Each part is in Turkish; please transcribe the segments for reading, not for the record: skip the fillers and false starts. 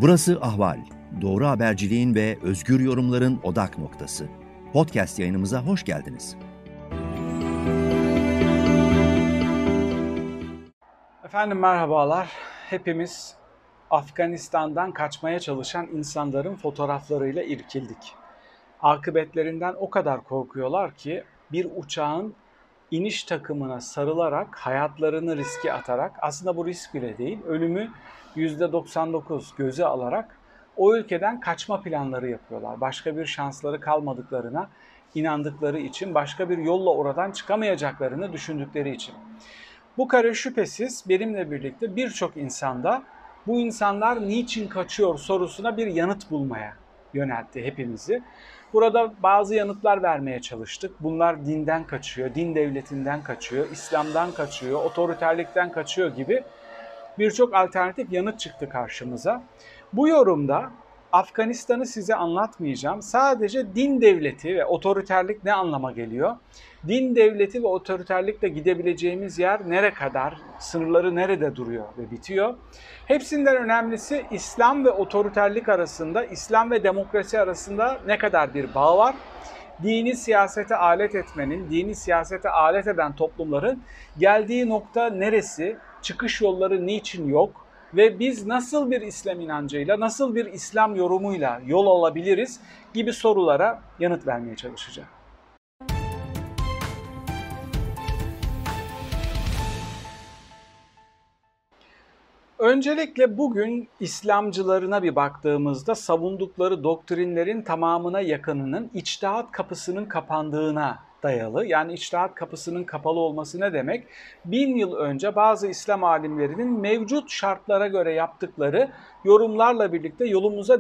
Burası Ahval. Doğru haberciliğin ve özgür yorumların odak noktası. Podcast yayınımıza hoş geldiniz. Efendim merhabalar. Hepimiz Afganistan'dan kaçmaya çalışan insanların fotoğraflarıyla irkildik. Akıbetlerinden o kadar korkuyorlar ki bir uçağın iniş takımına sarılarak, hayatlarını riske atarak, aslında bu risk bile değil, ölümü %99 göze alarak o ülkeden kaçma planları yapıyorlar. Başka bir şansları kalmadıklarına inandıkları için, başka bir yolla oradan çıkamayacaklarını düşündükleri için. Bu kare şüphesiz benimle birlikte birçok insanda bu insanlar niçin kaçıyor sorusuna bir yanıt bulmaya yöneltti hepimizi. Burada bazı yanıtlar vermeye çalıştık. Bunlar dinden kaçıyor, din devletinden kaçıyor, İslam'dan kaçıyor, otoriterlikten kaçıyor gibi birçok alternatif yanıt çıktı karşımıza. Bu yorumda Afganistan'ı size anlatmayacağım. Sadece din devleti ve otoriterlik ne anlama geliyor? Din devleti ve otoriterlikle gidebileceğimiz yer nere kadar, sınırları nerede duruyor ve bitiyor? Hepsinden önemlisi İslam ve otoriterlik arasında, İslam ve demokrasi arasında ne kadar bir bağ var? Dini siyasete alet etmenin, dini siyasete alet eden toplumların geldiği nokta neresi? Çıkış yolları niçin yok? Ve biz nasıl bir İslam inancıyla, nasıl bir İslam yorumuyla yol alabiliriz gibi sorulara yanıt vermeye çalışacağım. Öncelikle bugün İslamcılarına bir baktığımızda savundukları doktrinlerin tamamına yakınının içtihat kapısının kapandığına dayalı. Yani içtihat kapısının kapalı olması ne demek? 1000 yıl önce bazı İslam alimlerinin mevcut şartlara göre yaptıkları yorumlarla birlikte yolumuza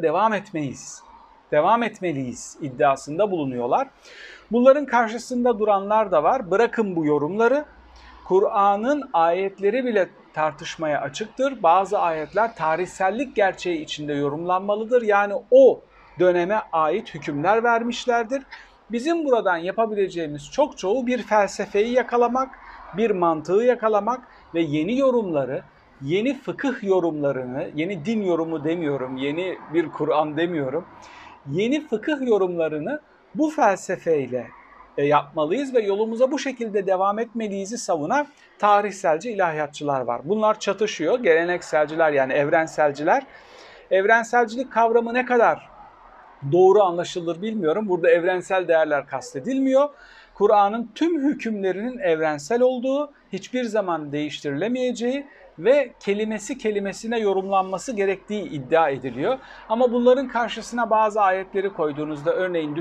devam etmeliyiz iddiasında bulunuyorlar. Bunların karşısında duranlar da var. Bırakın bu yorumları. Kur'an'ın ayetleri bile tartışmaya açıktır. Bazı ayetler tarihsellik gerçeği içinde yorumlanmalıdır. Yani o döneme ait hükümler vermişlerdir. Bizim buradan yapabileceğimiz çok çoğu bir felsefeyi yakalamak, bir mantığı yakalamak ve yeni yorumları, yeni fıkıh yorumlarını, yeni din yorumu demiyorum, yeni bir Kur'an demiyorum, yeni fıkıh yorumlarını bu felsefeyle yapmalıyız ve yolumuza bu şekilde devam etmeliyiz'i savunan tarihselci ilahiyatçılar var. Bunlar çatışıyor. Gelenekselciler yani evrenselciler. Evrenselcilik kavramı ne kadar doğru anlaşılır bilmiyorum. Burada evrensel değerler kastedilmiyor. Kur'an'ın tüm hükümlerinin evrensel olduğu, hiçbir zaman değiştirilemeyeceği ve kelimesi kelimesine yorumlanması gerektiği iddia ediliyor. Ama bunların karşısına bazı ayetleri koyduğunuzda, örneğin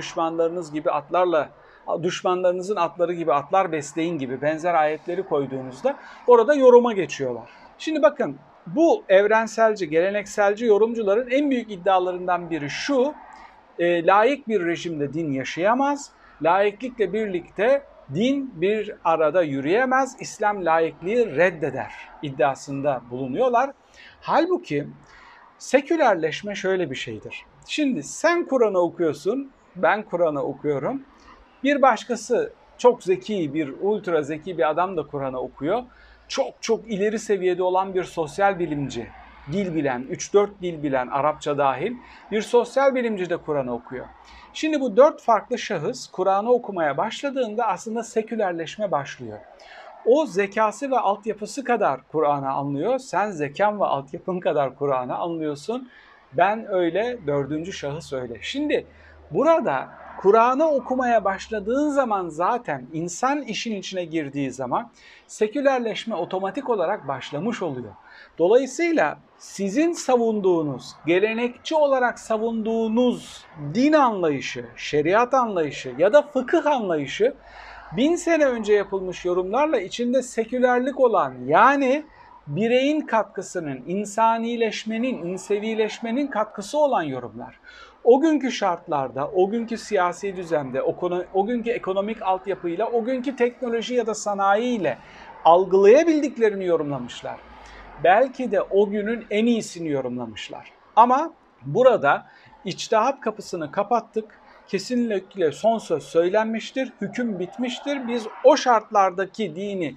düşmanlarınızın atları gibi atlar besleyin gibi benzer ayetleri koyduğunuzda orada yoruma geçiyorlar. Şimdi bakın, bu evrenselci, gelenekselci yorumcuların en büyük iddialarından biri şu: laik bir rejimde din yaşayamaz, laiklikle birlikte din bir arada yürüyemez, İslam laikliği reddeder iddiasında bulunuyorlar. Halbuki sekülerleşme şöyle bir şeydir. Şimdi sen Kur'an'ı okuyorsun, ben Kur'an'ı okuyorum. Bir başkası çok zeki, bir ultra zeki bir adam da Kur'an'ı okuyor. Çok ileri seviyede olan bir sosyal bilimci, dil bilen, 3-4 dil bilen, Arapça dahil bir sosyal bilimci de Kur'an'ı okuyor. Şimdi bu 4 farklı şahıs Kur'an'ı okumaya başladığında aslında sekülerleşme başlıyor. O zekası ve altyapısı kadar Kur'an'ı anlıyor. Sen zekan ve altyapın kadar Kur'an'ı anlıyorsun. Ben öyle, 4. şahıs öyle. Şimdi burada Kur'an'ı okumaya başladığın zaman, zaten insan işin içine girdiği zaman sekülerleşme otomatik olarak başlamış oluyor. Dolayısıyla sizin savunduğunuz, gelenekçi olarak savunduğunuz din anlayışı, şeriat anlayışı ya da fıkıh anlayışı 1000 sene önce yapılmış yorumlarla içinde sekülerlik olan, yani bireyin katkısının, insanileşmenin, insevileşmenin katkısı olan yorumlar. O günkü şartlarda, o günkü siyasi düzende, o günkü ekonomik altyapıyla, o günkü teknoloji ya da sanayiyle algılayabildiklerini yorumlamışlar. Belki de o günün en iyisini yorumlamışlar. Ama burada içtihat kapısını kapattık. Kesinlikle son söz söylenmiştir, hüküm bitmiştir. Biz o şartlardaki dini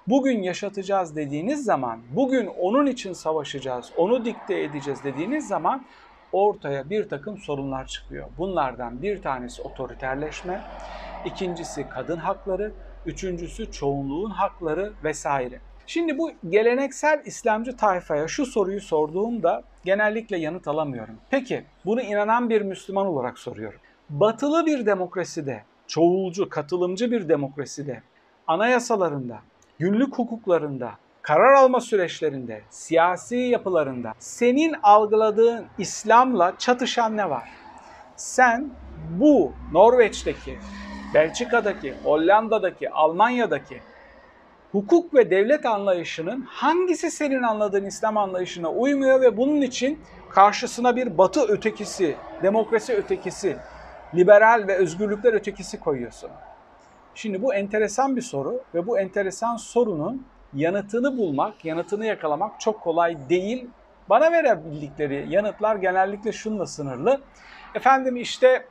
bugün yaşatacağız dediğiniz zaman, bugün onun için savaşacağız, onu dikte edeceğiz dediğiniz zaman ortaya bir takım sorunlar çıkıyor. Bunlardan bir tanesi otoriterleşme, ikincisi kadın hakları, üçüncüsü çoğunluğun hakları vesaire. Şimdi bu geleneksel İslamcı tayfaya şu soruyu sorduğumda genellikle yanıt alamıyorum. Peki bunu inanan bir Müslüman olarak soruyorum. Batılı bir demokraside, çoğulcu, katılımcı bir demokraside, anayasalarında, günlük hukuklarında, karar alma süreçlerinde, siyasi yapılarında senin algıladığın İslam'la çatışan ne var? Sen bu Norveç'teki, Belçika'daki, Hollanda'daki, Almanya'daki hukuk ve devlet anlayışının hangisi senin anladığın İslam anlayışına uymuyor ve bunun için karşısına bir batı ötekisi, demokrasi ötekisi, liberal ve özgürlükler ötekisi koyuyorsun? Şimdi bu enteresan bir soru ve bu enteresan sorunun yanıtını bulmak, yanıtını yakalamak çok kolay değil. Bana verebildikleri yanıtlar genellikle şununla sınırlı. Efendim işte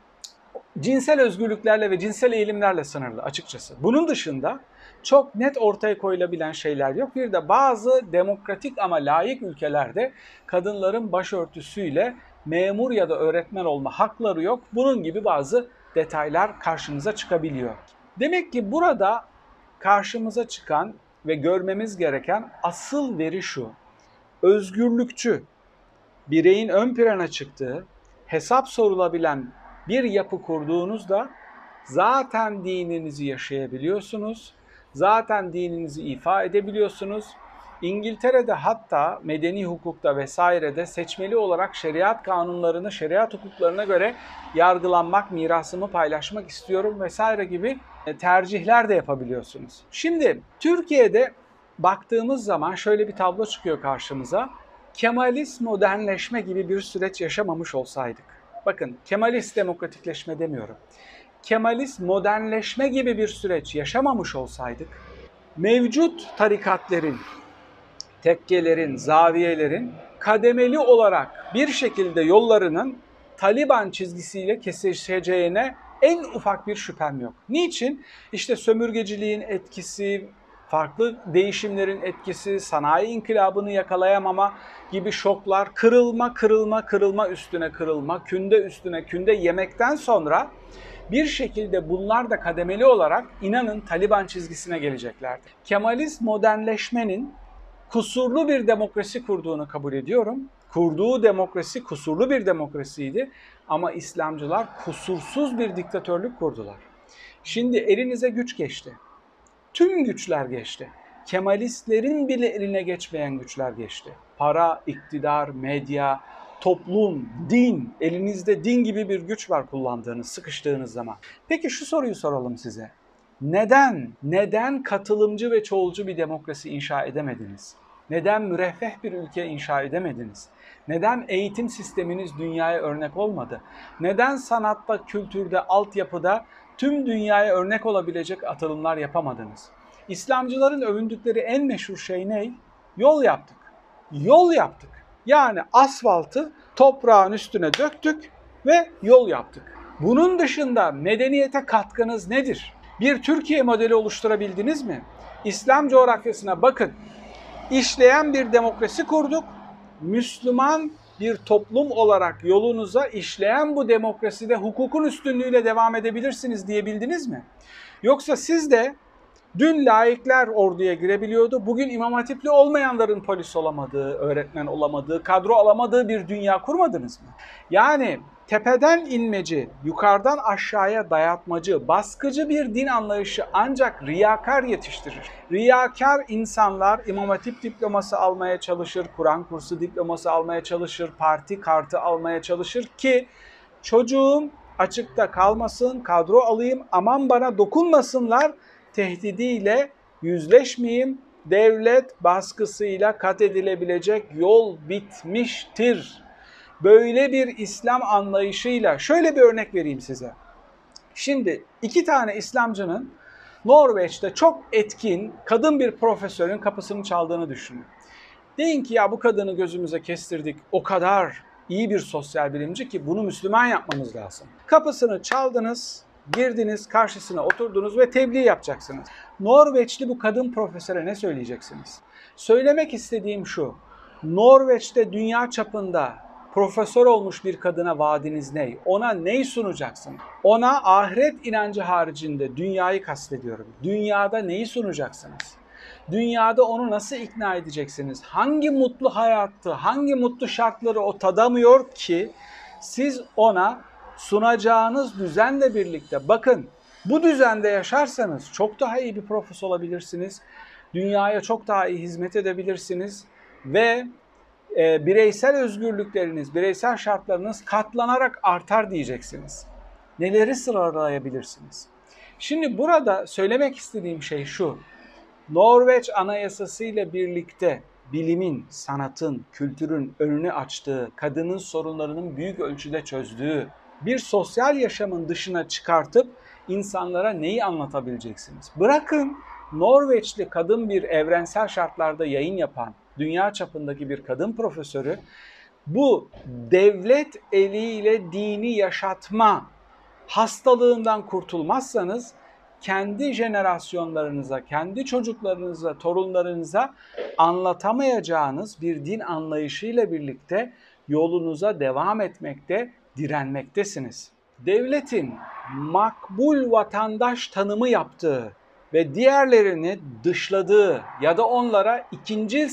cinsel özgürlüklerle ve cinsel eğilimlerle sınırlı açıkçası. Bunun dışında çok net ortaya koyulabilen şeyler yok. Bir de bazı demokratik ama laik ülkelerde kadınların başörtüsüyle memur ya da öğretmen olma hakları yok. Bunun gibi bazı detaylar karşımıza çıkabiliyor. Demek ki burada karşımıza çıkan ve görmemiz gereken asıl veri şu: özgürlükçü, bireyin ön plana çıktığı, hesap sorulabilen bir yapı kurduğunuzda zaten dininizi yaşayabiliyorsunuz, zaten dininizi ifa edebiliyorsunuz. İngiltere'de hatta medeni hukukta vesairede seçmeli olarak şeriat kanunlarını, şeriat hukuklarına göre yargılanmak, mirasımı paylaşmak istiyorum vesaire gibi tercihler de yapabiliyorsunuz. Şimdi Türkiye'de baktığımız zaman şöyle bir tablo çıkıyor karşımıza. Kemalist modernleşme gibi bir süreç yaşamamış olsaydık. Bakın, Kemalist demokratikleşme demiyorum. Kemalist modernleşme gibi bir süreç yaşamamış olsaydık, mevcut tarikatlerin, tekkelerin, zaviyelerin kademeli olarak bir şekilde yollarının Taliban çizgisiyle kesişeceğine en ufak bir şüphem yok. Niçin? İşte sömürgeciliğin etkisi, farklı değişimlerin etkisi, sanayi inkılabını yakalayamama gibi şoklar, kırılma üstüne kırılma, künde üstüne künde yemekten sonra bir şekilde bunlar da kademeli olarak inanın Taliban çizgisine geleceklerdi. Kemalist modernleşmenin kusurlu bir demokrasi kurduğunu kabul ediyorum. Kurduğu demokrasi kusurlu bir demokrasiydi ama İslamcılar kusursuz bir diktatörlük kurdular. Şimdi elinize güç geçti. Tüm güçler geçti. Kemalistlerin bile eline geçmeyen güçler geçti. Para, iktidar, medya, toplum, din, elinizde din gibi bir güç var kullandığınız, sıkıştığınız zaman. Peki şu soruyu soralım size. Neden katılımcı ve çoğulcu bir demokrasi inşa edemediniz? Neden müreffeh bir ülke inşa edemediniz? Neden eğitim sisteminiz dünyaya örnek olmadı? Neden sanatta, kültürde, altyapıda tüm dünyaya örnek olabilecek atılımlar yapamadınız? İslamcıların övündükleri en meşhur şey ne? Yol yaptık. Yol yaptık. Yani asfaltı toprağın üstüne döktük ve yol yaptık. Bunun dışında medeniyete katkınız nedir? Bir Türkiye modeli oluşturabildiniz mi? İslam coğrafyasına bakın. İşleyen bir demokrasi kurduk. Müslüman bir toplum olarak yolunuza işleyen bu demokraside hukukun üstünlüğüyle devam edebilirsiniz diyebildiniz mi? Yoksa siz de dün laikler orduya girebiliyordu, bugün İmam Hatipli olmayanların polis olamadığı, öğretmen olamadığı, kadro alamadığı bir dünya kurmadınız mı? Yani tepeden inmeci, yukarıdan aşağıya dayatmacı, baskıcı bir din anlayışı ancak riyakar yetiştirir. Riyakar insanlar İmam Hatip diploması almaya çalışır, Kur'an kursu diploması almaya çalışır, parti kartı almaya çalışır ki çocuğum açıkta kalmasın, kadro alayım, aman bana dokunmasınlar tehdidiyle yüzleşmeyeyim, devlet baskısıyla kat edilebilecek yol bitmiştir. Böyle bir İslam anlayışıyla şöyle bir örnek vereyim size. Şimdi 2 tane İslamcının Norveç'te çok etkin kadın bir profesörün kapısını çaldığını düşünün. Deyin ki ya bu kadını gözümüze kestirdik, o kadar iyi bir sosyal bilimci ki bunu Müslüman yapmamız lazım. Kapısını çaldınız, Girdiniz, karşısına oturdunuz ve tebliğ yapacaksınız. Norveçli bu kadın profesöre ne söyleyeceksiniz? Söylemek istediğim şu: Norveç'te dünya çapında profesör olmuş bir kadına vaadiniz ne? Ona neyi sunacaksınız? Ona ahiret inancı haricinde dünyayı kastediyorum. Dünyada neyi sunacaksınız? Dünyada onu nasıl ikna edeceksiniz? Hangi mutlu hayatı, hangi mutlu şartları o tadamıyor ki siz ona sunacağınız düzenle birlikte, bakın bu düzende yaşarsanız çok daha iyi bir profesör olabilirsiniz. Dünyaya çok daha iyi hizmet edebilirsiniz ve bireysel özgürlükleriniz, bireysel şartlarınız katlanarak artar diyeceksiniz. Neleri sıralayabilirsiniz? Şimdi burada söylemek istediğim şey şu: Norveç Anayasası ile birlikte bilimin, sanatın, kültürün önünü açtığı, kadının sorunlarının büyük ölçüde çözdüğü bir sosyal yaşamın dışına çıkartıp insanlara neyi anlatabileceksiniz? Bırakın Norveçli kadın bir evrensel şartlarda yayın yapan, dünya çapındaki bir kadın profesörü bu devlet eliyle dini yaşatma hastalığından kurtulmazsanız kendi jenerasyonlarınıza, kendi çocuklarınıza, torunlarınıza anlatamayacağınız bir din anlayışıyla birlikte yolunuza devam etmekte, direnmektesiniz. Devletin makbul vatandaş tanımı yaptığı ve diğerlerini dışladığı ya da onlara ikinci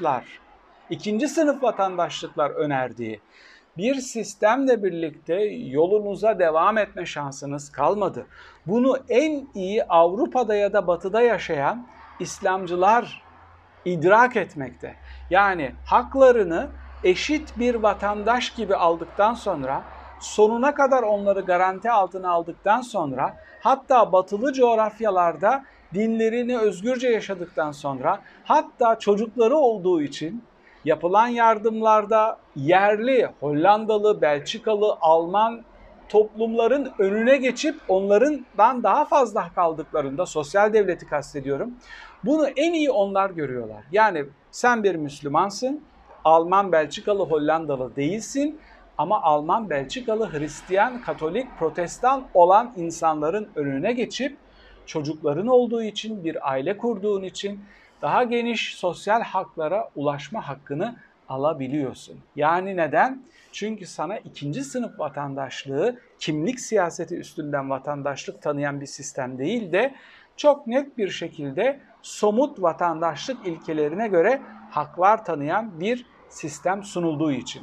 sınıf vatandaşlıklar önerdiği bir sistemle birlikte yolunuza devam etme şansınız kalmadı. Bunu en iyi Avrupa'da ya da Batı'da yaşayan İslamcılar idrak etmekte. Yani haklarını eşit bir vatandaş gibi aldıktan sonra, sonuna kadar onları garanti altına aldıktan sonra, hatta batılı coğrafyalarda dinlerini özgürce yaşadıktan sonra, hatta çocukları olduğu için yapılan yardımlarda yerli, Hollandalı, Belçikalı, Alman toplumların önüne geçip onlardan daha fazla kaldıklarında, sosyal devleti kastediyorum, bunu en iyi onlar görüyorlar. Yani sen bir Müslümansın, Alman, Belçikalı, Hollandalı değilsin ama Alman, Belçikalı, Hristiyan, Katolik, Protestan olan insanların önüne geçip çocukların olduğu için, bir aile kurduğun için daha geniş sosyal haklara ulaşma hakkını alabiliyorsun. Yani neden? Çünkü sana ikinci sınıf vatandaşlığı, kimlik siyaseti üstünden vatandaşlık tanıyan bir sistem değil de çok net bir şekilde somut vatandaşlık ilkelerine göre haklar tanıyan bir sistem sunulduğu için.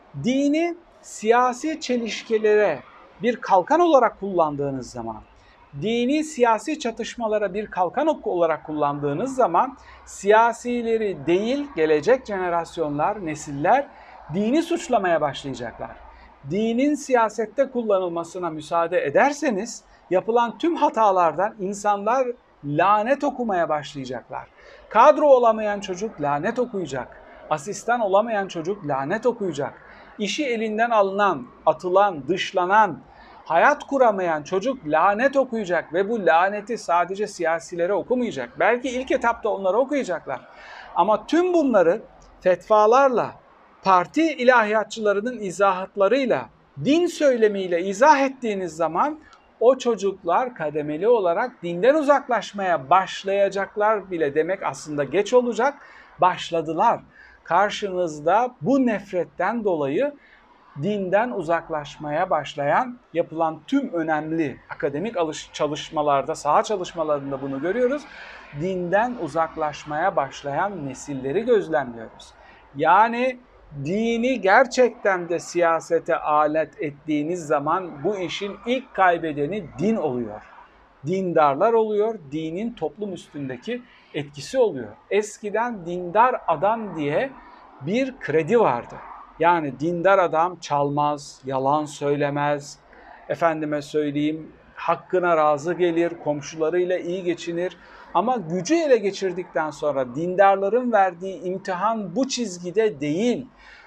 Dini siyasi çelişkilere bir kalkan olarak kullandığınız zaman, dini siyasi çatışmalara bir kalkan olarak kullandığınız zaman siyasileri değil, gelecek jenerasyonlar, nesiller dini suçlamaya başlayacaklar. Dinin siyasette kullanılmasına müsaade ederseniz yapılan tüm hatalardan insanlar lanet okumaya başlayacaklar. Kadro olamayan çocuk lanet okuyacak. Asistan olamayan çocuk lanet okuyacak. İşi elinden alınan, atılan, dışlanan, hayat kuramayan çocuk lanet okuyacak ve bu laneti sadece siyasilere okumayacak. Belki ilk etapta onları okuyacaklar. Ama tüm bunları fetvalarla, parti ilahiyatçılarının izahatlarıyla, din söylemiyle izah ettiğiniz zaman o çocuklar kademeli olarak dinden uzaklaşmaya başlayacaklar bile demek aslında geç olacak. Başladılar. Karşınızda bu nefretten dolayı dinden uzaklaşmaya başlayan, yapılan tüm önemli akademik çalışmalarda, saha çalışmalarında bunu görüyoruz. Dinden uzaklaşmaya başlayan nesilleri gözlemliyoruz. Yani dini gerçekten de siyasete alet ettiğiniz zaman bu işin ilk kaybedeni din oluyor. Dindarlar oluyor, dinin toplum üstündeki etkisi oluyor. Eskiden dindar adam diye bir kredi vardı. Yani dindar adam çalmaz, yalan söylemez, efendime söyleyeyim hakkına razı gelir, komşularıyla iyi geçinir. Ama gücü ele geçirdikten sonra dindarların verdiği imtihan bu çizgide değil.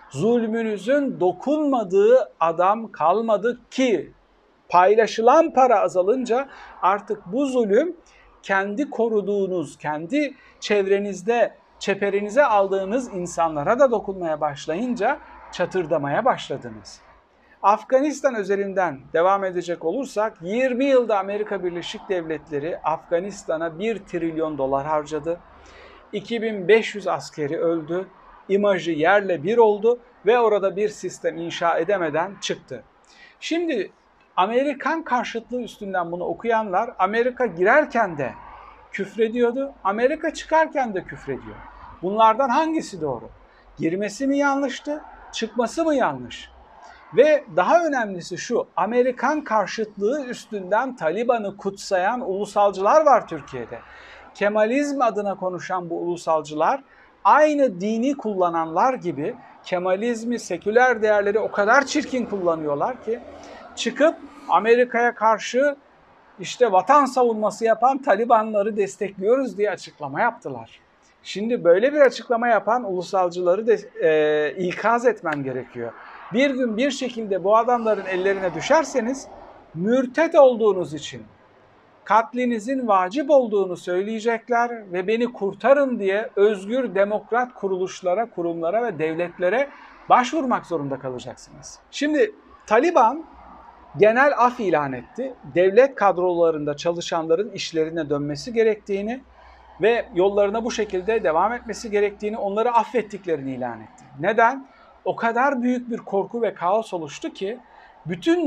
Zulmünüzün dokunmadığı adam kalmadı ki paylaşılan para azalınca artık bu zulüm kendi koruduğunuz, kendi çevrenizde, çeperinize aldığınız insanlara da dokunmaya başlayınca çatırdamaya başladınız. Afganistan özelinden devam edecek olursak 20 yılda Amerika Birleşik Devletleri Afganistan'a 1 trilyon dolar harcadı. 2500 askeri öldü. İmajı yerle bir oldu ve orada bir sistem inşa edemeden çıktı. Şimdi Amerikan karşıtlığı üstünden bunu okuyanlar Amerika girerken de küfrediyordu, Amerika çıkarken de küfrediyor. Bunlardan hangisi doğru? Girmesi mi yanlıştı, çıkması mı yanlış? Ve daha önemlisi şu, Amerikan karşıtlığı üstünden Taliban'ı kutsayan ulusalcılar var Türkiye'de. Kemalizm adına konuşan bu ulusalcılar aynı dini kullananlar gibi Kemalizmi, seküler değerleri o kadar çirkin kullanıyorlar ki çıkıp Amerika'ya karşı işte vatan savunması yapan Talibanları destekliyoruz diye açıklama yaptılar. Şimdi böyle bir açıklama yapan ulusalcıları ikaz etmem gerekiyor. Bir gün bir şekilde bu adamların ellerine düşerseniz mürtet olduğunuz için katlinizin vacip olduğunu söyleyecekler ve beni kurtarın diye özgür demokrat kuruluşlara, kurumlara ve devletlere başvurmak zorunda kalacaksınız. Şimdi Taliban genel af ilan etti. Devlet kadrolarında çalışanların işlerine dönmesi gerektiğini ve yollarına bu şekilde devam etmesi gerektiğini, onları affettiklerini ilan etti. Neden? O kadar büyük bir korku ve kaos oluştu ki bütün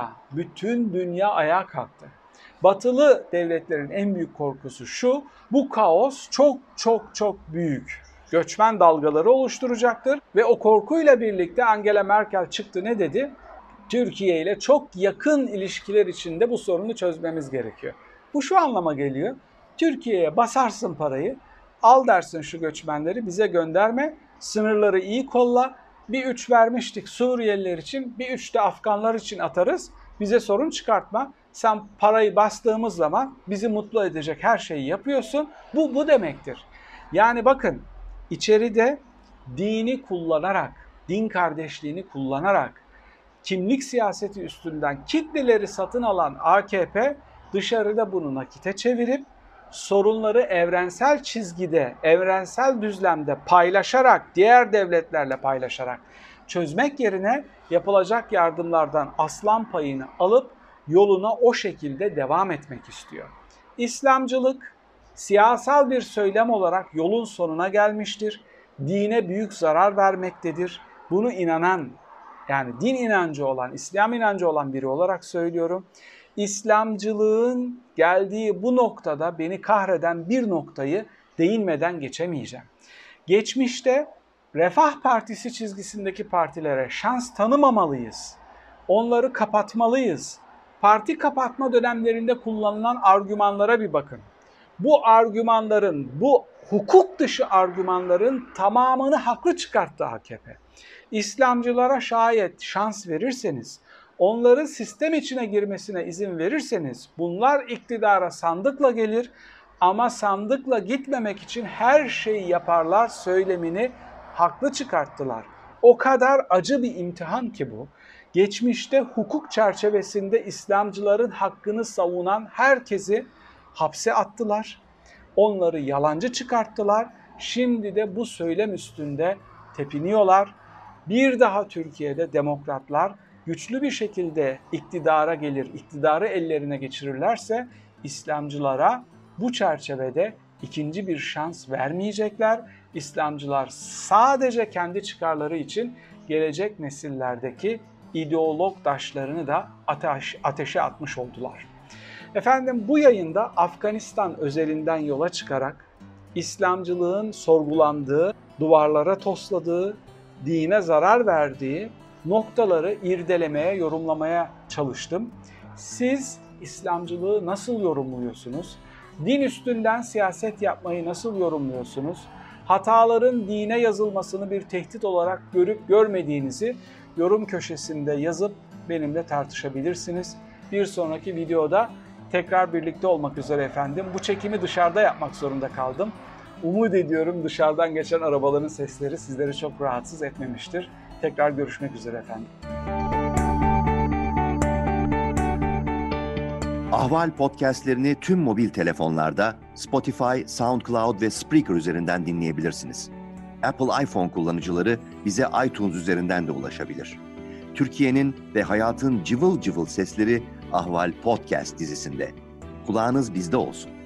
dünya ayağa kalktı. Batılı devletlerin en büyük korkusu şu, bu kaos çok büyük göçmen dalgaları oluşturacaktır ve o korkuyla birlikte Angela Merkel çıktı, ne dedi? Türkiye ile çok yakın ilişkiler içinde bu sorunu çözmemiz gerekiyor. Bu şu anlama geliyor. Türkiye'ye basarsın parayı, al dersin şu göçmenleri bize gönderme, sınırları iyi kolla, bir 3 vermiştik Suriyeliler için, bir 3 de Afganlar için atarız, bize sorun çıkartma. Sen parayı bastığımız zaman bizi mutlu edecek her şeyi yapıyorsun. Bu demektir. Yani bakın, içeride dini kullanarak, din kardeşliğini kullanarak, kimlik siyaseti üstünden kitleleri satın alan AKP dışarıda bunu nakite çevirip sorunları evrensel çizgide, evrensel düzlemde paylaşarak, diğer devletlerle paylaşarak çözmek yerine yapılacak yardımlardan aslan payını alıp yoluna o şekilde devam etmek istiyor. İslamcılık siyasal bir söylem olarak yolun sonuna gelmiştir. Dine büyük zarar vermektedir. Bunu inanan, yani din inancı olan, İslam inancı olan biri olarak söylüyorum. İslamcılığın geldiği bu noktada beni kahreden bir noktayı değinmeden geçemeyeceğim. Geçmişte Refah Partisi çizgisindeki partilere şans tanımamalıyız. Onları kapatmalıyız. Parti kapatma dönemlerinde kullanılan argümanlara bir bakın. Bu argümanların, bu hukuk dışı argümanların tamamını haklı çıkarttı AKP. İslamcılara şayet şans verirseniz, onların sistem içine girmesine izin verirseniz, bunlar iktidara sandıkla gelir ama sandıkla gitmemek için her şeyi yaparlar söylemini haklı çıkarttılar. O kadar acı bir imtihan ki bu. Geçmişte hukuk çerçevesinde İslamcıların hakkını savunan herkesi hapse attılar. Onları yalancı çıkarttılar. Şimdi de bu söylem üstünde tepiniyorlar. Bir daha Türkiye'de demokratlar güçlü bir şekilde iktidara gelir, iktidarı ellerine geçirirlerse İslamcılara bu çerçevede ikinci bir şans vermeyecekler. İslamcılar sadece kendi çıkarları için gelecek nesillerdeki ideolog taşlarını da ateşe atmış oldular. Efendim, bu yayında Afganistan özelinden yola çıkarak İslamcılığın sorgulandığı, duvarlara tosladığı, dine zarar verdiği noktaları irdelemeye, yorumlamaya çalıştım. Siz İslamcılığı nasıl yorumluyorsunuz? Din üstünden siyaset yapmayı nasıl yorumluyorsunuz? Hataların dine yazılmasını bir tehdit olarak görüp görmediğinizi yorum köşesinde yazıp benimle tartışabilirsiniz. Bir sonraki videoda tekrar birlikte olmak üzere efendim. Bu çekimi dışarıda yapmak zorunda kaldım. Umut ediyorum dışarıdan geçen arabaların sesleri sizleri çok rahatsız etmemiştir. Tekrar görüşmek üzere efendim. Ahval podcastlerini tüm mobil telefonlarda Spotify, SoundCloud ve Spreaker üzerinden dinleyebilirsiniz. Apple iPhone kullanıcıları bize iTunes üzerinden de ulaşabilir. Türkiye'nin ve hayatın cıvıl cıvıl sesleri Ahval Podcast dizisinde. Kulağınız bizde olsun.